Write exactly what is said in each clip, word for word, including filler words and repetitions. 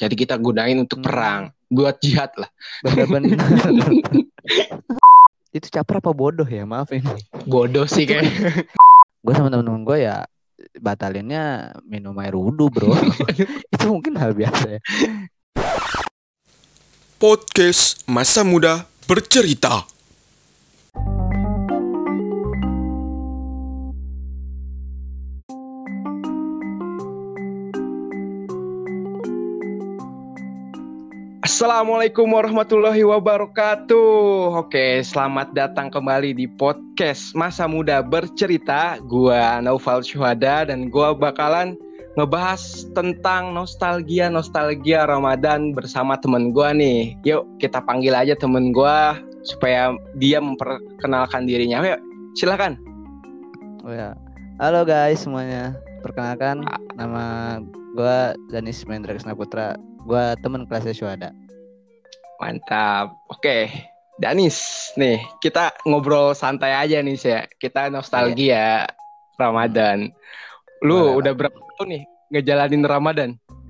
Jadi kita gunain untuk Hmm. perang, buat jihad lah. Bener-bener. Itu caper apa bodoh ya? Maaf ini. Bodoh sih Itu kayak. gue sama temen-temen gue ya batalinnya minum air wudhu bro. Itu mungkin hal biasa ya. Podcast Masa Muda Bercerita. Assalamualaikum warahmatullahi wabarakatuh. Oke, selamat datang kembali di podcast Masa Muda Bercerita. Gua Naufal Syuhada dan gua bakalan ngebahas tentang nostalgia-nostalgia Ramadan bersama temen gua nih. Yuk, kita panggil aja temen gua supaya dia memperkenalkan dirinya. Yuk, silakan. Oh ya. Halo guys semuanya. Perkenalkan nama gue Danis Mendra Krisna Putra. Gue teman kelasnya Syuhada. Mantap. Oke, Danis, nih kita ngobrol santai aja nih ya. Kita nostalgia Ramadan. Lu Boleh, udah berapa tahun nih ngejalanin Ramadan?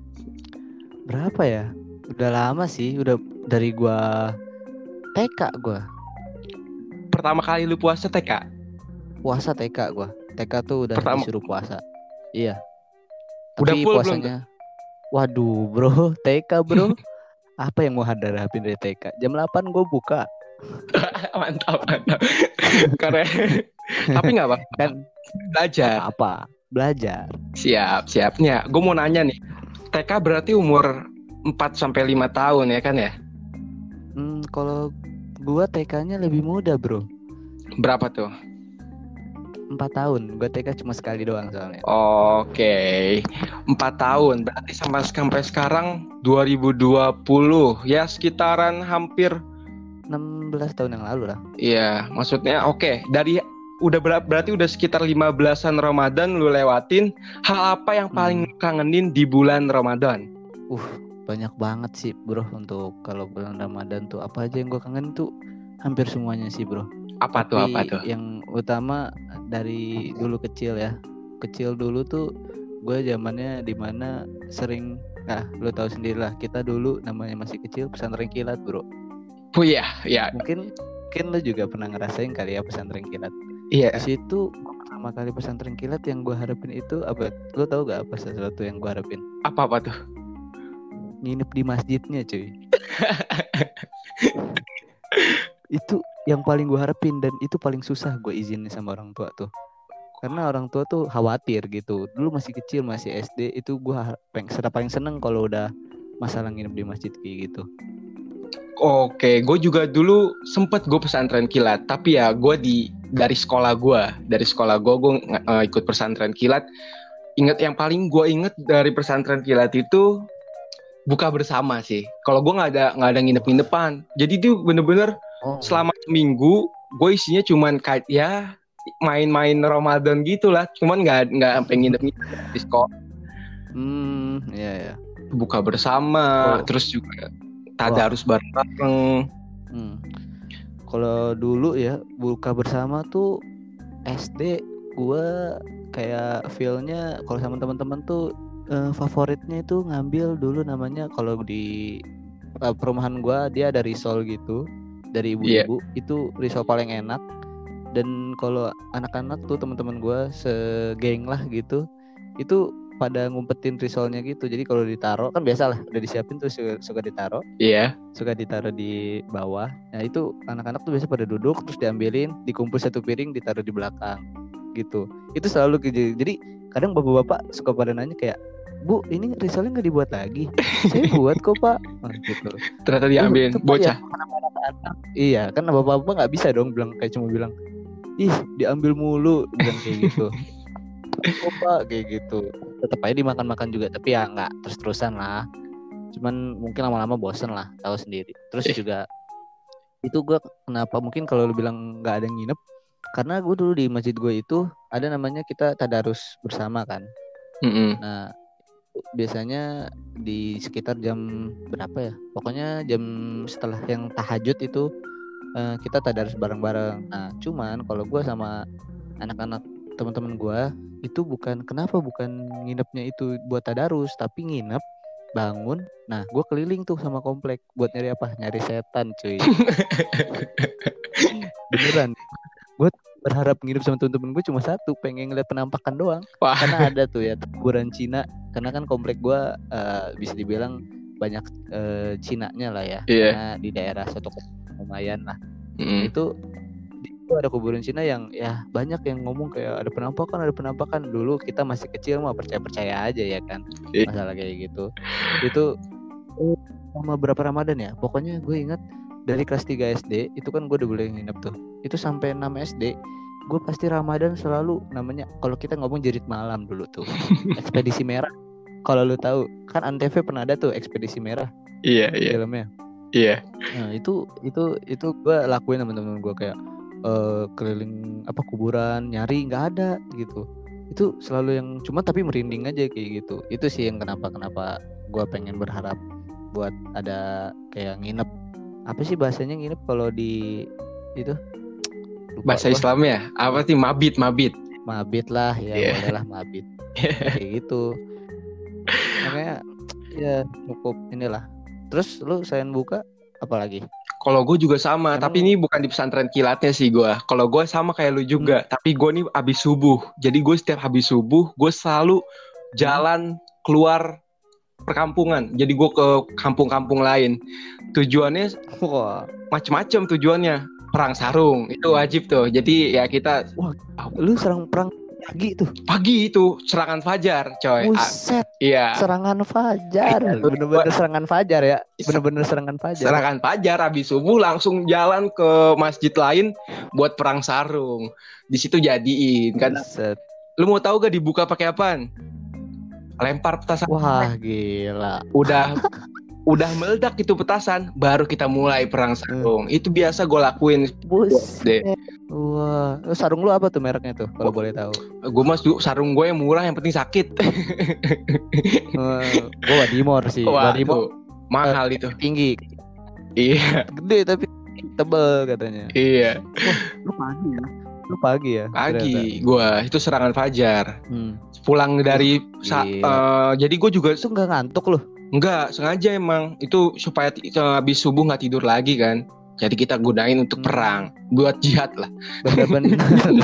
Berapa ya? Udah lama sih. Udah dari gue T K gue. Pertama kali lu puasa T K? Puasa T K gue. T K tuh udah Pertama- disuruh puasa. Iya. Udah Tapi full puasanya. Waduh bro, T K bro. Apa yang mau hadapin dari T K? Jam delapan gue buka. Mantap, mantap. Keren. Tapi nggak apa-apa. Kan Belajar. apa? Belajar. Siap, siapnya. Gue mau nanya nih. T K berarti umur empat sampai lima tahun ya kan ya? Hmm, kalau gue T K-nya lebih muda bro. Berapa tuh? empat tahun. Gue T K cuma sekali doang soalnya. Oke, empat tahun. Berarti sampai sampai sekarang dua ribu dua puluh, ya sekitaran hampir. enam belas tahun yang lalu lah. Iya, maksudnya oke. Dari udah ber- berarti udah sekitar lima belasan Ramadan lu lewatin. Hal apa yang paling Hmm. kangenin di bulan Ramadan? Uh, banyak banget sih bro untuk kalau bulan Ramadan tuh apa aja yang gue kangen tuh hampir semuanya sih bro. Apa Tapi tuh? Apa tuh? yang utama dari dulu kecil ya. Kecil dulu tuh gue zamannya dimana sering, ah lu tahu sendiri lah, kita dulu namanya masih kecil pesantren kilat bro. Oh iya, iya, Mungkin mungkin lu juga pernah ngerasain kali ya pesantren kilat. iya. Di situ pertama kali pesantren kilat yang gue harapin itu apa? Lu tahu gak apa sesuatu yang gue harapin? Apa apa tuh? Nginep di masjidnya cuy. Itu yang paling gue harapin dan itu paling susah gue izinin sama orang tua tuh. Karena orang tua tuh khawatir gitu. Dulu masih kecil, masih S D, itu gue peng- sudah paling seneng kalau udah masalah nginep di masjid kayak gitu. Oke, gue juga dulu sempet gue pesantren kilat, tapi ya gue di dari sekolah gue, dari sekolah gue gue uh, ikut pesantren kilat. Ingat yang paling gue inget dari pesantren kilat itu buka bersama sih. Kalau gue nggak ada nggak ada nginep-nginepan, jadi tuh bener-bener Oh. selama seminggu gue isinya cuman kayak ya main-main Ramadan gitulah, cuman nggak nggak sampai nginep-nginep di sekolah. Hmm, ya ya. Buka bersama, Oh. terus juga tadarus bareng-bareng. Hmm. Kalau dulu ya buka bersama tuh S D gue kayak feel-nya kalau sama teman-teman tuh eh, favoritnya itu ngambil dulu namanya kalau di eh, perumahan gue dia ada risol gitu dari ibu-ibu. Itu risol paling enak. Dan kalau anak-anak tuh teman-teman gue segeng lah gitu, itu pada ngumpetin risolnya gitu. Jadi kalau ditaruh kan biasalah udah disiapin tuh suka, suka ditaruh. Iya. Suka ditaruh di bawah. Nah itu anak-anak tuh biasa pada duduk terus diambilin, dikumpul satu piring, ditaruh di belakang gitu. Itu selalu gitu. Jadi kadang bapak-bapak suka pada nanya kayak, Bu, ini risolnya nggak dibuat lagi? Saya buat kok Pak. Nah, gitu. Ternyata diambilin "Oh, itu, Pak, bocah. ya, anak-anak." Iya kan bapak-bapak nggak bisa dong bilang kayak cuma bilang, ih diambil mulu, bilang kayak gitu. Oh Pak kayak gitu. Tetap aja dimakan-makan juga, tapi ya nggak terus-terusan lah. Cuman mungkin lama-lama bosen lah, tahu sendiri. Terus Eh. juga itu gue kenapa mungkin kalau lu bilang nggak ada yang nginep, karena gue dulu di masjid gue itu ada namanya kita tadarus bersama kan. Mm-mm. Nah biasanya di sekitar jam berapa ya? Pokoknya jam setelah yang tahajud itu uh, kita tadarus bareng-bareng. Nah cuman kalau gue sama anak-anak teman-teman gue itu bukan kenapa bukan nginepnya itu buat tadarus, tapi nginep bangun, nah gue keliling tuh sama komplek buat nyari apa? Nyari setan cuy. Beneran. Gue berharap nginep sama temen-temen gue cuma satu, pengen ngeliat penampakan doang. Wah. Karena ada tuh ya kuburan Cina. Karena kan komplek gue uh, bisa dibilang banyak uh, Cinanya lah ya. Iya. Karena di daerah Soto lumayan lah. Mm. Itu itu ada kuburan Cina yang ya banyak yang ngomong kayak ada penampakan, ada penampakan. Dulu kita masih kecil mah percaya-percaya aja ya kan. Iya. Masalah kayak gitu. Itu sama berapa Ramadan ya? Pokoknya gue ingat dari kelas tiga S D itu kan gue udah boleh nginep tuh. Itu sampai enam S D gue pasti Ramadan selalu namanya, kalau kita ngomong jerit malam dulu tuh. Ekspedisi Merah. Kalau lu tahu kan Antv pernah ada tuh Ekspedisi Merah. Iya, iya. Filmnya. Iya. Nah, itu itu itu gue lakuin sama temen-temen gue kayak uh, keliling apa kuburan, nyari nggak ada gitu. Itu selalu yang cuma tapi merinding aja kayak gitu. Itu sih yang kenapa kenapa gue pengen berharap buat ada kayak nginep. Apa sih bahasanya nginep kalau di itu? Lupa Bahasa gua. Islam ya? Apa sih mabit, mabit? Mabit lah ya, Yeah. boleh lah mabit. Kayak gitu. Makanya ya cukup inilah. Terus lu selain buka apa lagi? Kalau gue juga sama, Emang- tapi ini bukan di pesantren kilatnya sih gue. Kalau gue sama kayak lu juga, tapi gue nih abis subuh. Jadi gue setiap habis subuh, gue selalu jalan keluar perkampungan. Jadi gue ke kampung-kampung lain. Tujuannya Wah, macem-macem tujuannya. Perang sarung, itu wajib tuh. Jadi ya kita lu serang perang pagi tuh. pagi itu serangan fajar, coy. Ah, Buset, iya. serangan fajar. Bener-bener serangan fajar ya. Bener-bener serangan fajar. Serangan fajar habis subuh langsung jalan ke masjid lain buat perang sarung. Di situ jadiin kan. Buset. Lu mau tahu gak dibuka pakai apaan? Lempar petasan. Wah, gila. Udah udah meledak itu petasan, baru kita mulai perang sarung. Itu biasa gue lakuin. Buset. Wah, sarung lu apa tuh mereknya tuh kalau boleh tahu? Gue mas sarung gue yang murah, yang penting sakit. uh, gue Wadimor sih. Wah, Wadimor mahal itu. tinggi. Iya. Gede tapi tebel katanya. Iya. Wah, lu pagi ya? Lu pagi ya? Pagi gue itu serangan fajar. Hmm. Pulang dari sa- uh, jadi gue juga itu nggak ngantuk loh. Enggak, sengaja emang. Itu supaya t- habis subuh gak tidur lagi kan. Jadi kita gunain untuk perang. Buat jihad lah. Bener-bener.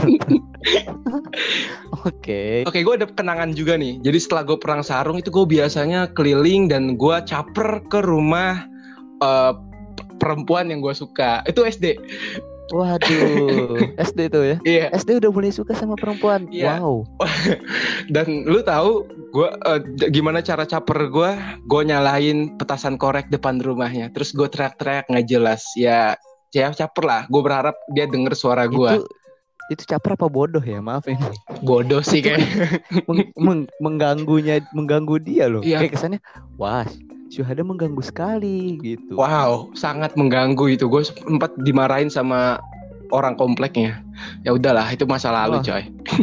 Oke. Oke, gue ada kenangan juga nih. Jadi setelah gue perang sarung itu gue biasanya keliling dan gue caper ke rumah uh, perempuan yang gue suka. Itu S D. Waduh, S D tuh ya? Iya. S D udah mulai suka sama perempuan. Iya. Wow. Dan lu tahu gue uh, gimana cara caper gue? Gue nyalain petasan korek depan rumahnya. Terus gue teriak-teriak nggak jelas. Ya, ya caper lah. Gue berharap dia denger suara gue. Itu itu caper apa bodoh ya? Maaf ini. Bodoh sih kayak. Meng- meng- mengganggunya, mengganggu dia loh. Iya. Kayak kesannya, wah, Syuhada mengganggu sekali gitu. Wow, sangat mengganggu itu. Gue sempat dimarahin sama orang kompleknya. Ya udahlah, itu masa lalu, Wah. coy.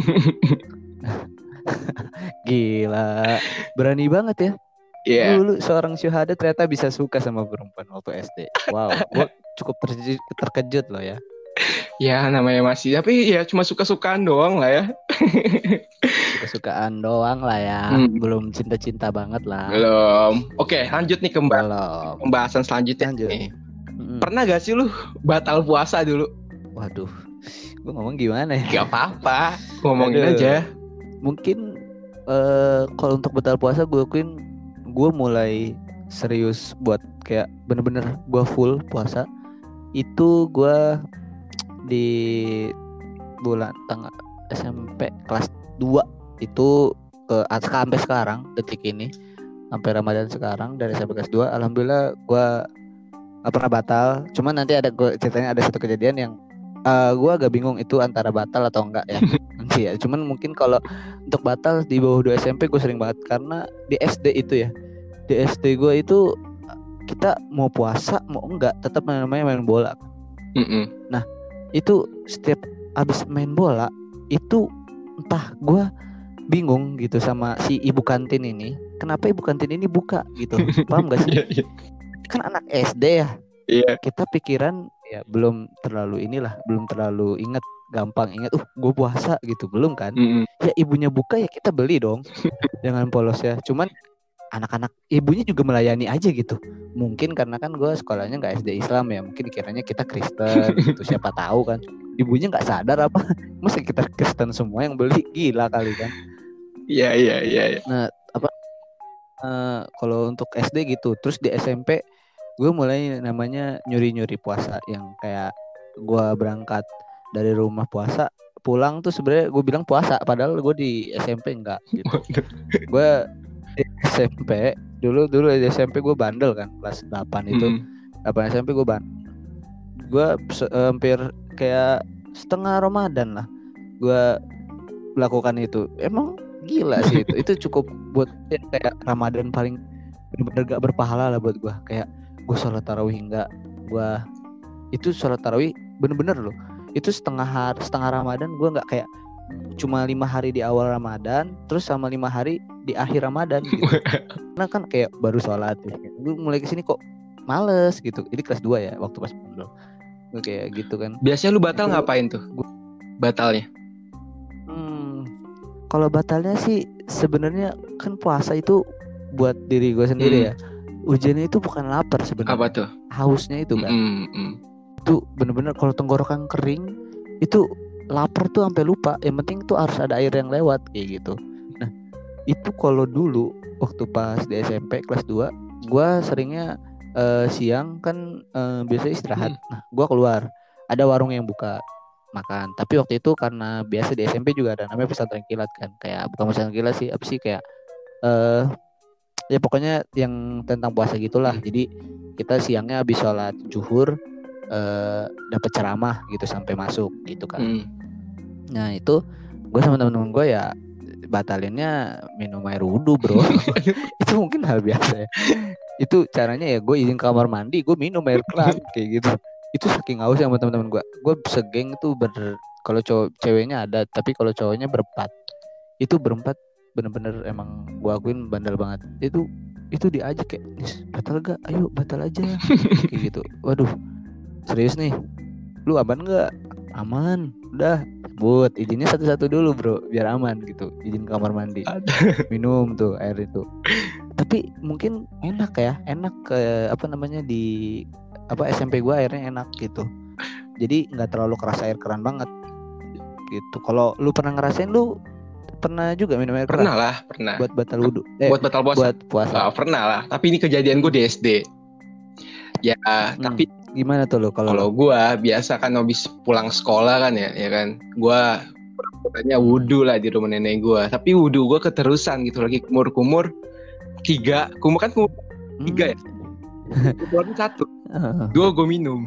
Gila, berani banget ya. Iya. Dulu seorang Syuhada ternyata bisa suka sama perempuan waktu S D. Wow, gue cukup terkejut, terkejut loh ya. Ya namanya masih, tapi ya cuma suka-sukaan doang lah ya. Kesukaan doang lah ya, Hmm. belum cinta-cinta banget lah. Belum. Oke, lanjut nih ke mbak- Belum. pembahasan selanjutnya. Lanjut. Nih. Mm-mm. Pernah gak sih lu batal puasa dulu? Waduh, gue ngomong gimana ya? Gak apa-apa, ngomongin Aduh. aja. Mungkin eh, kalau untuk batal puasa gue akuin gue mulai serius buat kayak bener-bener gue full puasa itu gue di bulan tanggal S M P kelas dua itu ke sampai sekarang detik ini sampai Ramadan sekarang dari S M P kelas dua alhamdulillah gue gak pernah batal. Cuman nanti ada gue ceritanya ada satu kejadian yang uh, gue agak bingung itu antara batal atau enggak ya nanti ya. Cuman mungkin kalau untuk batal di bawah dua S M P gue sering banget karena di S D itu ya, di S D gue itu kita mau puasa mau enggak tetap namanya main bola. Mm-mm. Nah itu setiap abis main bola itu entah gue bingung gitu sama si ibu kantin ini, kenapa ibu kantin ini buka gitu, paham gak sih? Iya, iya. Kan anak S D ya, Iya. kita pikiran ya belum terlalu inilah, belum terlalu inget, gampang inget, uh gue puasa gitu, belum kan? Mm-mm. Ya ibunya buka ya kita beli dong, jangan polos ya. Cuman anak-anak ibunya juga melayani aja gitu. Mungkin karena kan gue sekolahnya nggak S D Islam ya, mungkin dikiranya kita Kristen gitu, siapa tahu kan ibunya nggak sadar apa mesti kita Kristen semua yang beli, gila kali kan. Iya iya iya. Nah apa uh, kalau untuk S D gitu, terus di S M P gue mulai namanya nyuri-nyuri puasa, yang kayak gue berangkat dari rumah puasa, pulang tuh sebenarnya gue bilang puasa padahal gue di S M P enggak gitu. Gue di S M P dulu dulu di S M P gue bandel kan, kelas delapan itu mm. delapan S M P gue bandel. Gue se- hampir kayak setengah Ramadan lah gue melakukan itu. Emang gila sih itu. Itu cukup buat ya, kayak Ramadan paling benar-benar gak berpahala lah buat gue. Kayak gue sholat tarawih enggak, gue itu sholat tarawih bener-bener loh. Itu setengah hari, setengah Ramadan gue nggak kayak cuma lima hari di awal Ramadan, terus sama lima hari di akhir Ramadan gitu. Karena kan kayak baru sholat, ya. Gue mulai kesini kok males gitu. Ini kelas dua ya, waktu pas pondok. Gue kayak gitu kan. Biasanya lu batal itu, ngapain tuh? Gua... Batalnya? Hmm, kalau batalnya sih sebenarnya kan puasa itu buat diri gue sendiri hmm. ya. Ujiannya itu bukan lapar sebenarnya. Apa tuh? Hausnya itu kan. Mm-hmm. Itu bener-bener kalau tenggorokan kering itu lapar tuh sampai lupa. Yang penting tuh harus ada air yang lewat kayak gitu. Nah itu kalau dulu waktu pas di S M P kelas dua, gue seringnya uh, siang kan uh, biasanya istirahat. Hmm. Nah gue keluar, ada warung yang buka makan. Tapi waktu itu karena biasa di S M P juga ada namanya pesantren kilat kan, kayak bukan pesantren kilat sih, apa sih kayak uh, ya pokoknya yang tentang puasa gitulah. Jadi kita siangnya habis sholat zuhur Uh, dapat ceramah gitu sampai masuk gitu kan. Hmm. Nah itu gue sama teman-teman gue ya batalinnya minum air wudhu bro. Itu mungkin hal biasa ya. Itu caranya ya gue izin kamar mandi, gue minum air keran kayak gitu. Itu saking haus sama teman-teman gue. Gue segeng itu ber kalau cowok ceweknya ada, tapi kalau cowoknya berempat. Itu berempat bener-bener emang gue akuin bandel banget. Itu itu diajak kayak batal gak? Ayo batal aja kayak gitu. Waduh. Serius nih, lu aman nggak? Aman, udah, buat izinnya satu-satu dulu bro, biar aman gitu. Izin kamar mandi, minum tuh air itu. Tapi mungkin enak ya, enak ke apa namanya di apa S M P gue airnya enak gitu. Jadi nggak terlalu keras air keran banget gitu. Kalau lu pernah ngerasain, lu pernah juga minum air keran? Pernah lah, pernah. Buat batal wudu, eh, buat batal puasa. Buat puasa. Oh, pernah lah. Tapi ini kejadian gue di S D. Ya, hmm. tapi gimana tuh lo kalau kalau gue biasa kan habis pulang sekolah kan ya, ya kan, gue pura-puranya wudhu lah di rumah nenek gue. Tapi wudhu gue keterusan gitu, lagi kumur-kumur tiga, kumur kan kumur tiga ya, kumur satu, dua gue minum.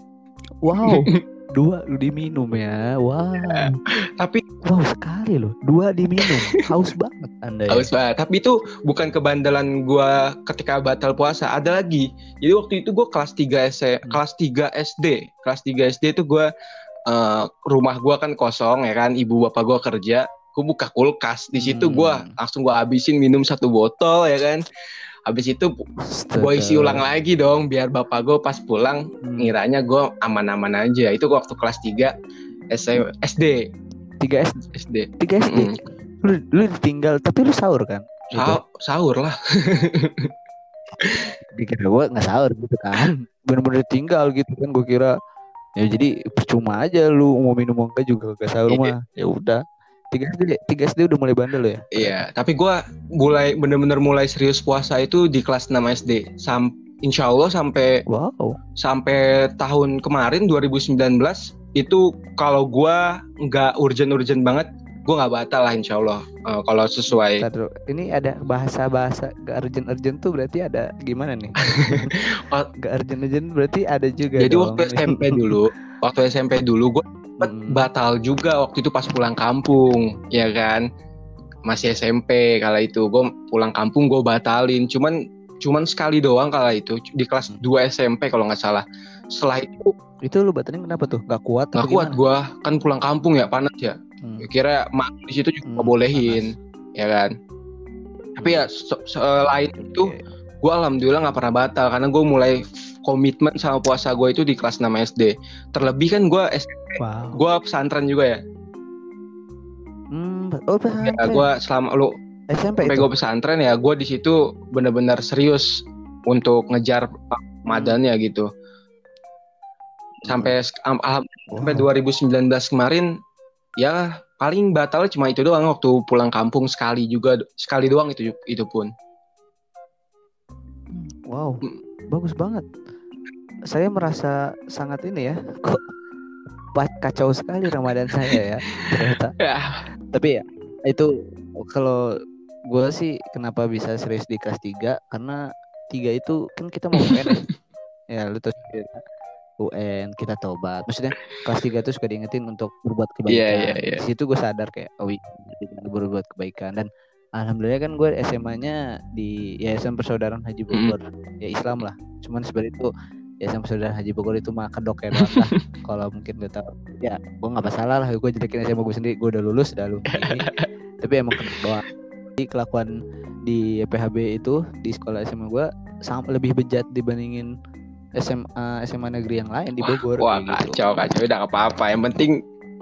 Wow, dua lu diminum ya, wow. Ya, tapi wow sekali loh, dua diminum, haus banget anda ya. Haus banget, tapi itu bukan kebandelan gue ketika batal puasa, ada lagi. Jadi waktu itu gue kelas tiga S D, hmm. kelas tiga S D, kelas tiga S D itu gue uh, rumah gue kan kosong ya kan, ibu bapak gue kerja, gue buka kulkas, di situ hmm. gue langsung gue habisin minum satu botol ya kan. Habis itu gue isi ulang lagi dong, biar bapak gue pas pulang hmm. ngiranya gue aman-aman aja. Itu waktu kelas tiga S D. tiga S D. tiga S D. Hmm. Lu lu ditinggal tapi lu sahur kan? Sa- sahur lah. Dikira gue nggak sahur gitu kan? Bener-bener tinggal gitu kan, gue kira ya jadi percuma aja lu mau minum enggak juga gak sahur mah. Ya udah. tiga S D, tiga S D udah mulai bandel ya? Iya, tapi gue mulai bener-bener mulai serius puasa itu di kelas enam S D. Sam, insya Allah sampai wow. sampai tahun kemarin dua ribu sembilan belas itu kalau gue nggak urgent-urgent banget, gue nggak batal lah insya Allah. Uh, kalau sesuai. Bentar, ini ada bahasa-bahasa gak urgent-urgent tuh berarti ada gimana nih? Gak urgent-urgent berarti ada juga. Jadi dong. waktu S M P dulu, waktu S M P dulu gue Hmm. batal juga waktu itu pas pulang kampung, ya kan, masih S M P kala itu. Gue pulang kampung gue batalin, cuman cuman sekali doang kala itu di kelas dua S M P kalau nggak salah. Setelah itu itu lu batalin kenapa tuh? Gak kuat? Gak kuat gue, kan pulang kampung ya panas ya. Hmm. Kira mak di situ juga hmm, bolehin, panas. Ya kan. Tapi ya selain okay. itu gue alhamdulillah nggak pernah batal karena gue mulai komitmen sama puasa gue itu di kelas enam S D. Terlebih kan gue S M P, wow. gue pesantren juga ya. Hmm, oh pesantren. Ya, gue selama lu S M P Sampai itu. gue pesantren ya, gue di situ benar-benar serius untuk ngejar Ramadannya gitu. Sampai um, um, Wow. sampai dua ribu sembilan belas kemarin ya paling batal cuma itu doang waktu pulang kampung sekali juga sekali doang itu itu pun. Wow, bagus banget. Saya merasa sangat ini ya, kok kacau sekali Ramadan saya ya ternyata. Ya. Tapi ya itu kalau gue sih kenapa bisa serius di kelas tiga, karena tiga itu kan kita mau U N ya. Ya lu tahu U N, kita tobat. Maksudnya kelas tiga itu suka diingetin untuk berbuat kebaikan. Iya, iya, iya. Di situ gue sadar kayak oh iya, berbuat kebaikan. Dan alhamdulillah kan gue S M A-nya di Yayasan Persaudaraan Haji Bogor. Mm. Ya Islam lah. Cuman sebenarnya itu Yayasan Persaudaraan Haji Bogor itu mah kedok ya doang lah. Kalau mungkin gak tahu. Ya gue gak masalah lah. Gue jelekin S M A gue sendiri. Gue udah lulus, udah lulus ini. Tapi emang kedok doang. Jadi kelakuan di P H B itu di sekolah S M A gue sama, lebih bejat dibandingin S M A S M A negeri yang lain di Bogor. Wah, wah gitu. kacau kacau udah apa-apa. Yang penting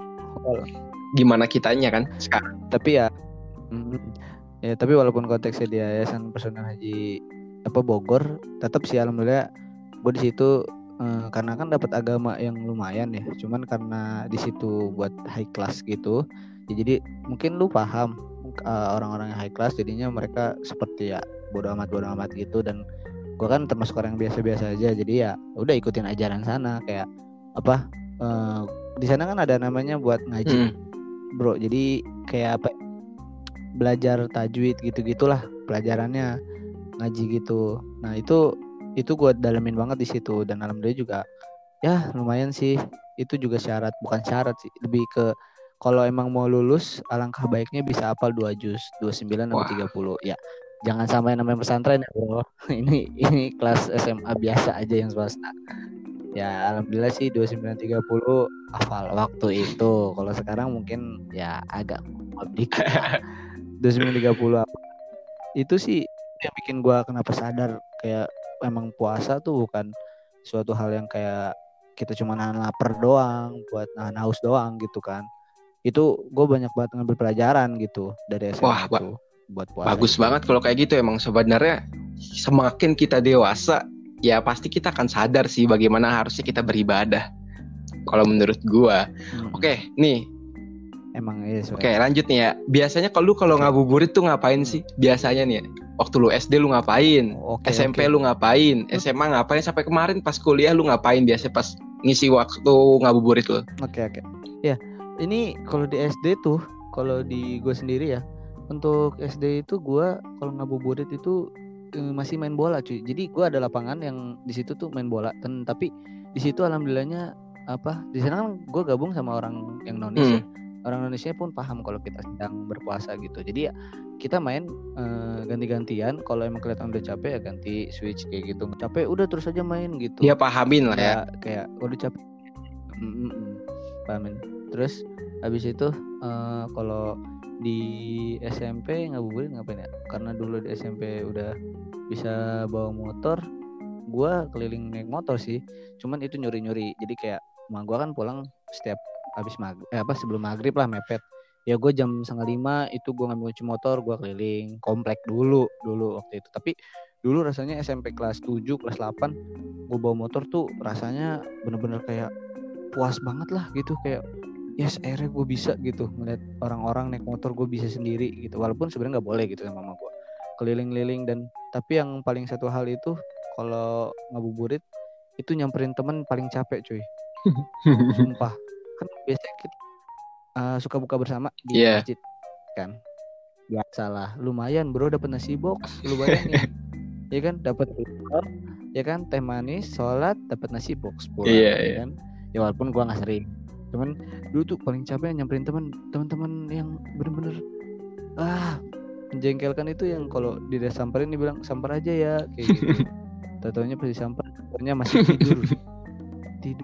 gimana kitanya kan sekarang. Tapi ya, mm, ya tapi walaupun konteksnya di Yayasan Persaudaraan Haji apa Bogor, tetap sih alhamdulillah gue di situ eh, karena kan dapat agama yang lumayan ya. Cuman karena di situ buat high class gitu, ya jadi mungkin lu paham uh, orang-orang yang high class jadinya mereka seperti ya bodo amat bodo amat gitu, dan gue kan termasuk orang yang biasa-biasa aja, jadi ya udah ikutin ajaran sana kayak apa uh, di sana kan ada namanya buat ngaji hmm. bro, jadi kayak apa belajar tajwid gitu-gitulah pelajarannya ngaji gitu. Nah itu itu gue dalamin banget di situ, dan alhamdulillah juga ya lumayan sih. Itu juga syarat, bukan syarat sih, lebih ke kalau emang mau lulus alangkah baiknya bisa hafal dua juz, dua puluh sembilan sampai tiga puluh ya. Jangan sampai namanya pesantren ya bro. Ini ini kelas S M A biasa aja yang swasta. Ya alhamdulillah sih dua puluh sembilan tiga puluh hafal waktu itu. Kalau sekarang mungkin ya agak dikit lah. dua puluh sembilan tiga puluh itu sih yang bikin gue kenapa sadar kayak emang puasa tuh bukan suatu hal yang kayak kita cuma nahan lapar doang, buat nahan haus doang gitu kan. Itu gue banyak banget ngambil pelajaran gitu dari S M A. Wah, itu buat puasa. Bagus itu banget kalau kayak gitu. Emang sebenarnya semakin kita dewasa ya pasti kita akan sadar sih bagaimana harusnya kita beribadah. Kalau menurut gue. Hmm. Oke, nih. Emang iya. Oke, lanjut nih ya. Biasanya kalau lu kalau ngabuburit tuh ngapain sih? Biasanya nih ya. Waktu lu S D lu ngapain? Oke, S M P okay. lu ngapain? S M A ngapain? Sampai kemarin pas kuliah lu ngapain biasanya pas ngisi waktu ngabuburit lu? Oke, oke. Ya, ini kalau di S D tuh, kalau di gue sendiri ya, untuk S D itu gue kalau ngabuburit itu eh, masih main bola cuy. Jadi gue ada lapangan yang di situ tuh main bola. Dan tapi di situ alhamdulillahnya apa? Di sana kan gue gabung sama orang yang non-Indonesia. Hmm. Orang Indonesia pun paham kalau kita sedang berpuasa gitu. Jadi ya kita main uh, ganti-gantian. Kalau emang kelihatan udah capek ya ganti switch kayak gitu. Capek udah terus aja main gitu. Ya pahamin lah ya. Kayak udah capek. Mm-mm, pahamin. Terus habis itu uh, kalau di S M P ngabuburit ngapain ya? Karena dulu di S M P udah bisa bawa motor, gue keliling naik motor sih. Cuman itu nyuri-nyuri. Jadi kayak emak gue kan pulang setiap habis maghrib, eh apa sebelum maghrib lah mepet. Ya gue jam setengah lima itu gue ngambil kunci motor, gue keliling komplek dulu dulu waktu itu. Tapi dulu rasanya S M P kelas tujuh, kelas delapan gue bawa motor tuh rasanya bener-bener kayak puas banget lah gitu, kayak yes akhirnya gue bisa gitu ngeliat orang-orang naik motor, gue bisa sendiri gitu. Walaupun sebenarnya nggak boleh gitu sama mama gue keliling-keliling. Dan tapi yang paling satu hal itu kalau ngabuburit itu nyamperin temen paling capek cuy. Sumpah. Kan biasanya kita uh, suka buka bersama di yeah. masjid kan, biasalah lumayan bro dapat nasi box, lu bayangin ya kan, dapat ya kan teh manis, sholat, dapat nasi box pulang yeah, ya yeah. kan. Ya walaupun gua nggak sering, cuman dulu tuh paling capek nyamperin teman teman-teman yang bener-bener ah menjengkelkan itu, yang kalau dia samperin dibilang samper aja ya kayak gitu. Tatonya pasti samper, ternyata masih tidur tidur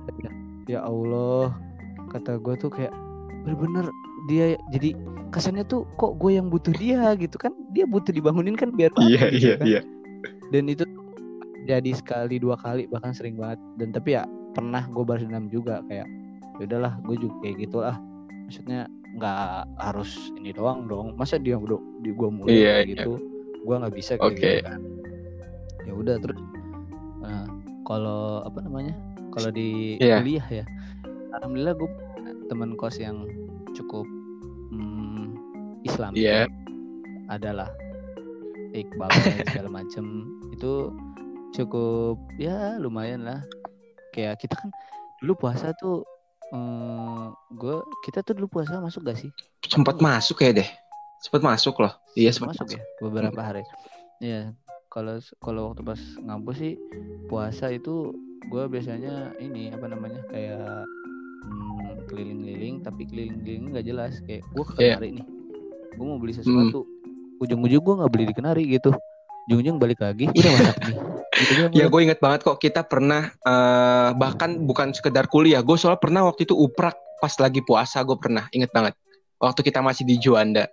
ya Allah, kata gue tuh kayak bener-bener dia jadi kesannya tuh kok gue yang butuh dia gitu kan, dia butuh dibangunin kan biar bangun yeah, gitu yeah, kan. Yeah. Dan itu jadi sekali dua kali bahkan sering banget. Dan tapi ya pernah gue balas dendam juga kayak ya udahlah gue juga kayak gitulah, maksudnya nggak harus ini doang dong, masa dia udah di gue mulai Iya, kayak iya. gitu, gue nggak bisa kayak Oke. gitu kan. Ya udah terus nah, kalau apa namanya kalau di Iya. kuliah ya, alhamdulillah gue teman kos yang cukup hmm, Islam. Iya. Adalah Iqbal dan segala macem itu cukup ya lumayan lah. Kayak kita kan dulu puasa tuh eh, gue kita tuh dulu puasa masuk gak sih? Sempat masuk ya deh. Sempat masuk loh. Iya, sempat masuk ya beberapa hari. Iya, kalau kalau waktu pas ngampus sih puasa itu gue biasanya ini apa namanya kayak hmm, keliling-keliling, tapi keliling-keliling nggak jelas, kayak gue ke Iya. Kenari nih, gue mau beli sesuatu, ujung-ujung gue nggak beli di Kenari gitu, ujung-ujung balik lagi udah masak nih. Gitu doang Ya gua. gue inget banget kok kita pernah eh, bahkan bukan sekedar kuliah, gue soalnya pernah waktu itu uprak pas lagi puasa, gue pernah inget banget waktu kita masih di Juanda.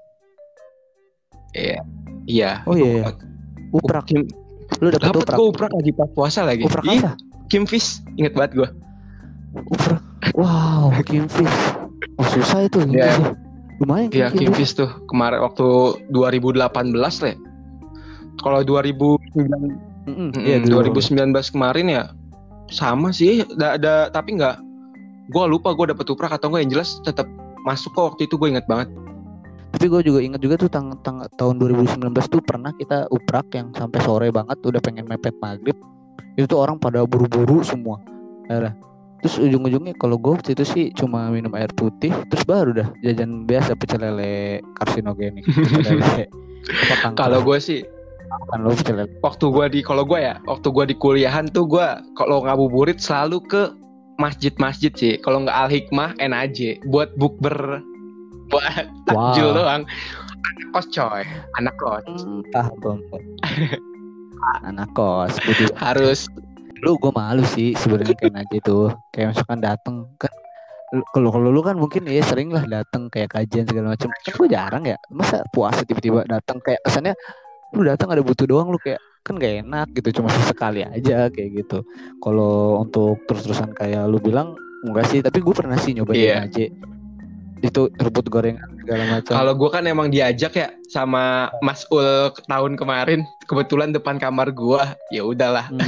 Iya, iya. Oh iya, iya. Uprak. Kim, Lu dapet dapet uprak? gue uprak lagi pas puasa lagi. Uprak Ih, apa? Kimfish, inget banget gue. Uprak. Wow, Kimfish. Oh susah itu Iya. Kimfish. Lumayan Iya, Kimfish. Kimfish tuh kemarin waktu dua ribu delapan belas lah. Ya. Kalau dua ribu sembilan, Mm-mm, mm, iya, dulu. dua ribu sembilan belas kemarin ya sama sih, ada, ada tapi nggak, gue lupa gue dapet uprak atau enggak, yang jelas tetap masuk kok waktu itu, gue inget banget. Tapi gue juga ingat juga tuh tang, tang, tahun dua ribu sembilan belas tuh pernah kita uprak yang sampai sore banget, udah pengen mepet maghrib. Itu tuh orang pada buru-buru semua. Akhirnya. Terus ujung-ujungnya kalau gue waktu itu sih cuma minum air putih, terus baru dah jajan biasa pecel lele karsinogenik. Pecel lele apa kanker. Kalau gue sih kan lo pecel lele. waktu gue di kalau gue ya waktu gue di kuliahan tuh gue kalau ngabuburit selalu ke masjid-masjid sih, kalau nggak Al Hikmah N A J buat bukber, buat takjil Wow. doang. Anak kos coy, anak kos Hmm, paham, paham, paham. Anak kos betul. harus. Lu gue malu sih sebenarnya kayak aja tuh, kayak misalkan dateng kan, lu- kalau kalau lu kan mungkin ya sering lah dateng kayak kajian segala macam, kan gue jarang ya, masa puasa tiba-tiba datang, kayak kesannya lu datang ada butuh doang, lu kayak kan gak enak gitu, cuma sesekali aja kayak gitu. Kalau untuk terus-terusan kayak lu bilang enggak sih, tapi gue pernah sih nyobain Iya. aja itu rebut gorengan segala macam. Kalau gue kan emang diajak ya sama Mas Ul ke- tahun kemarin, kebetulan depan kamar gue, ya udahlah. Hmm.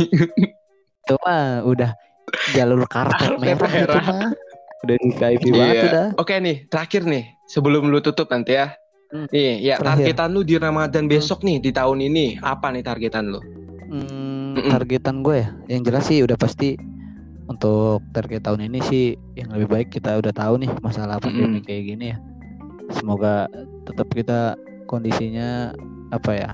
Itu mah udah jalur karpet Karpet merah gitu merah. mah, udah di K I P banget Iya. udah. Oke nih, terakhir nih sebelum lu tutup nanti ya. Hmm, Nih, ya terakhir. targetan lu di Ramadan besok nih, di tahun ini apa nih targetan lu? Hmm, Mm-mm. targetan gue ya, yang jelas sih udah pasti untuk target tahun ini sih yang lebih baik kita udah tahu nih masalah pandemi Mm-mm. kayak gini ya. Semoga tetap kita kondisinya apa ya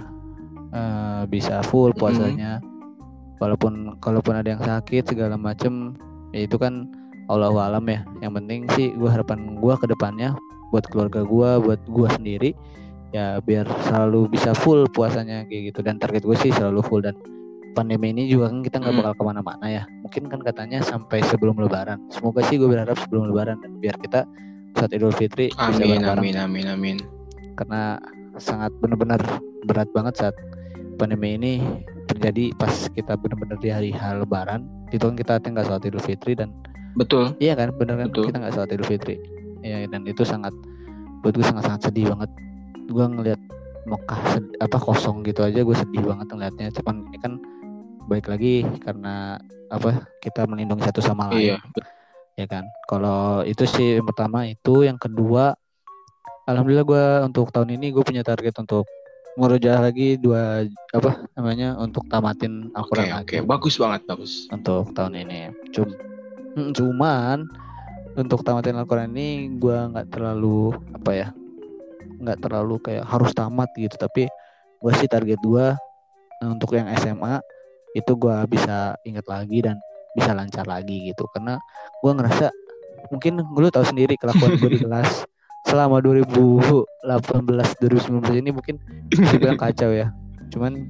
eh, bisa full puasanya. Walaupun kalaupun ada yang sakit segala macem, ya itu kan Allahu alam ya. Yang penting sih gue harapan gue ke depannya buat keluarga gue, buat gue sendiri ya biar selalu bisa full puasanya kayak gitu. Dan target gue sih selalu full, dan pandemi ini juga kan kita nggak Hmm. bakal kemana-mana ya. Mungkin kan katanya sampai sebelum Lebaran. Semoga sih gue berharap sebelum Lebaran, dan biar kita saat Idul Fitri bisa Amin, bareng-bareng. amin, amin, amin. Karena sangat benar-benar berat banget saat pandemi ini terjadi pas kita benar-benar di hari H Lebaran. Itu kan kita nggak sholat Idul Fitri, dan Betul. iya kan, bener kan, Betul. kita nggak sholat Idul Fitri. Ya, dan itu sangat buat gue sangat-sangat sedih banget. Gue ngelihat Mekah sed- apa kosong gitu aja, gue sedih banget ngelihatnya. Cuman ini kan balik lagi karena apa, kita melindungi satu sama lain. Iya. Ya kan. Kalau itu sih yang pertama itu, yang kedua, alhamdulillah gue untuk tahun ini gue punya target untuk murojaah lagi dua apa namanya untuk tamatin Oke, Al-Quran oke. lagi Bagus banget, bagus. untuk tahun ini. Cum, hmm, cuman untuk tamatin Al-Quran ini gue nggak terlalu apa ya, nggak terlalu kayak harus tamat gitu. Tapi gue sih target gue untuk yang S M A itu gue bisa ingat lagi dan bisa lancar lagi gitu. Karena gue ngerasa mungkin lu tahu sendiri kelakuan gue di kelas selama dua ribu delapan belas dua ribu sembilan belas ini mungkin bisa bilang kacau ya. Cuman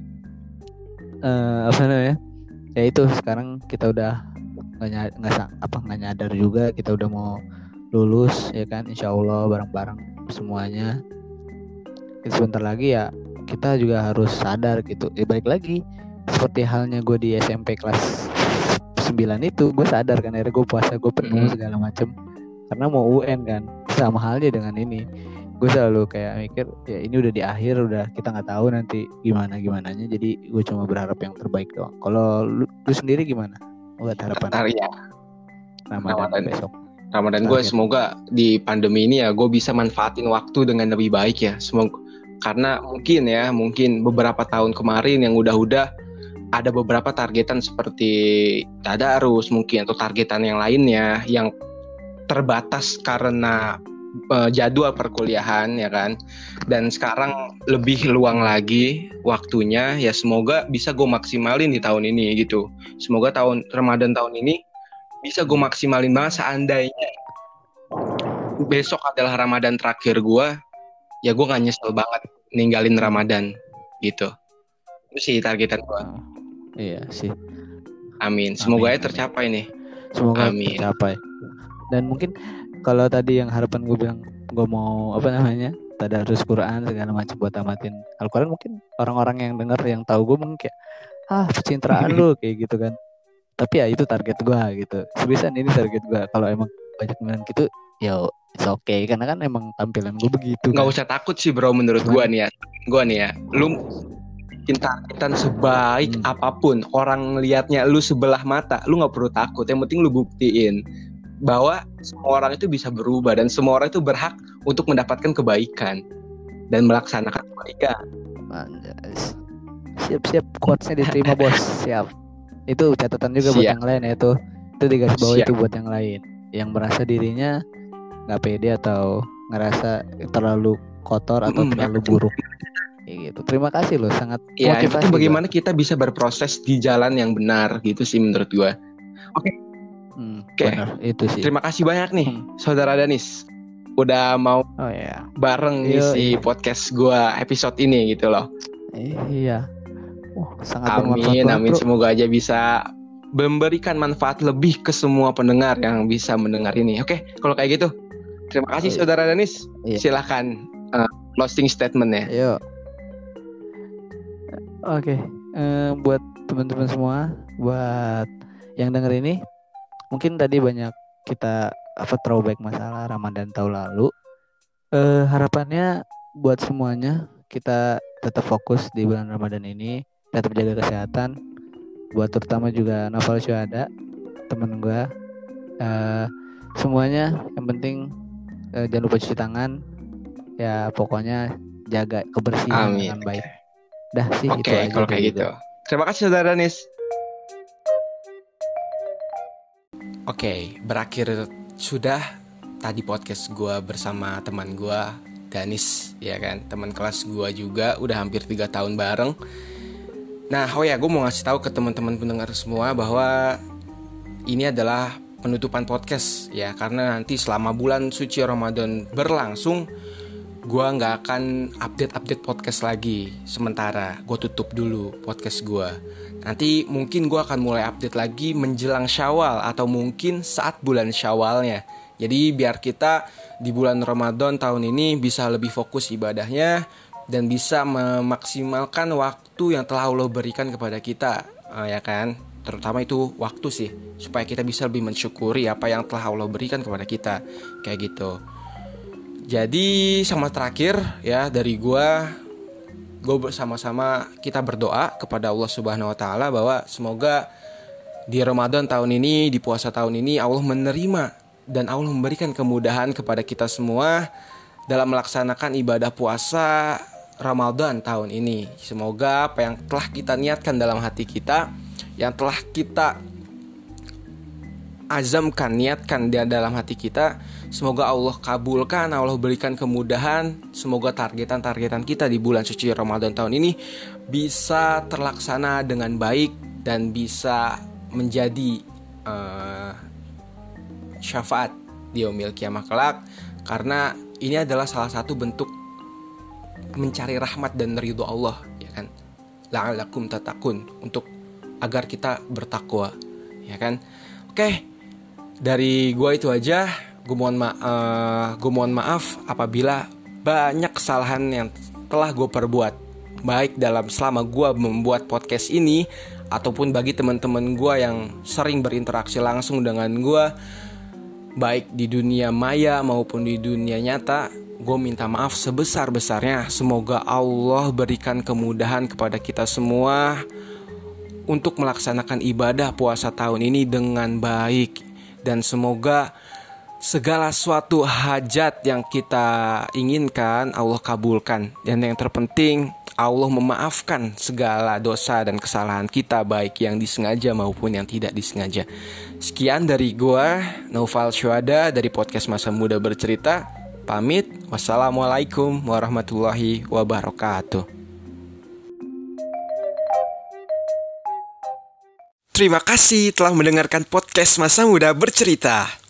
eh, apa namanya? Ya itu sekarang kita udah nggak ny- nggak sa- apa nggak nyadar juga kita udah mau lulus ya kan, insya Allah bareng-bareng semuanya. Itu sebentar lagi ya kita juga harus sadar gitu. Ya balik lagi seperti halnya gue di S M P kelas sembilan itu, gue sadar kan akhirnya gue puasa gue penuh Mm-mm. segala macem karena mau U N kan. sama halnya dengan ini. Gue selalu kayak mikir ya ini udah di akhir, udah kita nggak tahu nanti gimana gimananya, jadi gue cuma berharap yang terbaik doang. Kalau lu, lu sendiri gimana buat harapan Ntar ya Ramadan, Ramadan. besok? Ramadan gue Target. semoga di pandemi ini ya gue bisa manfaatin waktu dengan lebih baik ya. Semoga, karena mungkin ya mungkin beberapa tahun kemarin yang udah-udah ada beberapa targetan seperti tadarus mungkin atau targetan yang lainnya yang terbatas karena uh, jadwal perkuliahan ya kan. Dan sekarang lebih luang lagi waktunya ya, semoga bisa gue maksimalin di tahun ini gitu. Semoga tahun Ramadan tahun ini bisa gue maksimalin banget. Seandainya besok adalah Ramadan terakhir gue, ya gue gak nyesel banget ninggalin Ramadan gitu. Itu sih targetan gue. Oh, iya sih. Amin. Semoga Amin, ya tercapai nih. Semoga Amin. tercapai. Dan mungkin kalau tadi yang harapan gue bilang gue mau apa namanya tadarus Quran segala macam buat tamatin Al-Quran, mungkin orang-orang yang dengar yang tahu gue mungkin kayak ah pencitraan lu kayak gitu kan. Tapi ya itu target gue gitu. Sebisa ini target gue. Kalau emang banyak yang bilang gitu ya it's okay, karena kan emang tampilan gue begitu. Nggak kan. usah takut sih bro, menurut gue nih ya. Gue nih ya, lu bikin targetan sebaik Hmm. apapun, orang lihatnya lu sebelah mata, lu nggak perlu takut. Yang penting lu buktiin bahwa semua orang itu bisa berubah dan semua orang itu berhak untuk mendapatkan kebaikan dan melaksanakan kebaikan. Anjas. Siap-siap quotes-nya diterima bos. Siap. Itu catatan juga buat Siap. yang lain ya itu. Itu di garis bawah Siap. itu buat yang lain yang merasa dirinya nggak pede atau ngerasa terlalu kotor atau Mm-mm, terlalu ya. buruk. Kayak gitu. Terima kasih loh, sangat Ya, yang motivasi. penting gua. bagaimana kita bisa berproses di jalan yang benar gitu sih menurut gue. Hmm, Oke. benar, itu sih. Terima kasih banyak nih Hmm. Saudara Danis udah mau Oh ya. bareng Iya, ngisi iya. podcast gue episode ini gitu loh. Iya. Wah, sangat bermanfaat Amin, banget, amin. bro. Semoga aja bisa memberikan manfaat lebih ke semua pendengar yang bisa mendengar ini. Oke, kalau kayak gitu, terima kasih Oh, iya. Saudara Danis. Iya. Silahkan uh, closing statement-nya. Ayo. Oke, eh, buat teman-teman semua, buat yang denger ini, mungkin tadi banyak kita apa throwback masalah Ramadan tahun lalu. Eh, harapannya buat semuanya kita tetap fokus di bulan Ramadan ini, tetap jaga kesehatan. Buat terutama juga Novel Syuhada, temen gue. Eh, semuanya yang penting eh, jangan lupa cuci tangan. Ya pokoknya jaga kebersihan Amin. dengan baik. Dah sih itu Oke, aja kalau dari kayak gitu. gua. Terima kasih Saudara Danis. Oke, berakhir sudah tadi podcast gue bersama teman gue Danis, ya kan, teman kelas gue juga, udah hampir tiga tahun bareng. Nah, oh ya, gue mau ngasih tahu ke teman-teman pendengar semua bahwa ini adalah penutupan podcast ya, karena nanti selama bulan suci Ramadan berlangsung, gue nggak akan update-update podcast lagi. Sementara gue tutup dulu podcast gue. Nanti mungkin gue akan mulai update lagi menjelang Syawal atau mungkin saat bulan Syawalnya. Jadi biar kita di bulan Ramadan tahun ini bisa lebih fokus ibadahnya dan bisa memaksimalkan waktu yang telah Allah berikan kepada kita, uh, ya kan? Terutama itu waktu sih, supaya kita bisa lebih mensyukuri apa yang telah Allah berikan kepada kita, kayak gitu. Jadi sama terakhir ya dari gue, gue bersama-sama kita berdoa kepada Allah Subhanahu Wa Taala bahwa semoga di Ramadan tahun ini, di puasa tahun ini Allah menerima dan Allah memberikan kemudahan kepada kita semua dalam melaksanakan ibadah puasa Ramadan tahun ini. Semoga apa yang telah kita niatkan dalam hati kita, yang telah kita azamkan, niatkan di dalam hati kita, semoga Allah kabulkan, Allah berikan kemudahan. Semoga targetan-targetan kita di bulan suci Ramadan tahun ini bisa terlaksana dengan baik dan bisa menjadi uh, syafaat di yaumil qiyamah kelak. Karena ini adalah salah satu bentuk mencari rahmat dan ridho Allah, ya kan? La'alakum tatakun, untuk agar kita bertakwa, ya kan? Oke, dari gua itu aja. Gue mohon ma- uh, gue mohon maaf apabila banyak kesalahan yang telah gue perbuat, baik dalam selama gue membuat podcast ini ataupun bagi teman-teman gue yang sering berinteraksi langsung dengan gue. baik di dunia maya maupun di dunia nyata, gue minta maaf sebesar-besarnya. Semoga Allah berikan kemudahan kepada kita semua untuk melaksanakan ibadah puasa tahun ini dengan baik. Dan semoga segala suatu hajat yang kita inginkan Allah kabulkan. Dan yang terpenting, Allah memaafkan segala dosa dan kesalahan kita, baik yang disengaja maupun yang tidak disengaja. Sekian dari gua, Naufal Syuhada, dari podcast Masa Muda Bercerita. Pamit. Wassalamualaikum warahmatullahi wabarakatuh. Terima kasih telah mendengarkan podcast Masa Muda Bercerita.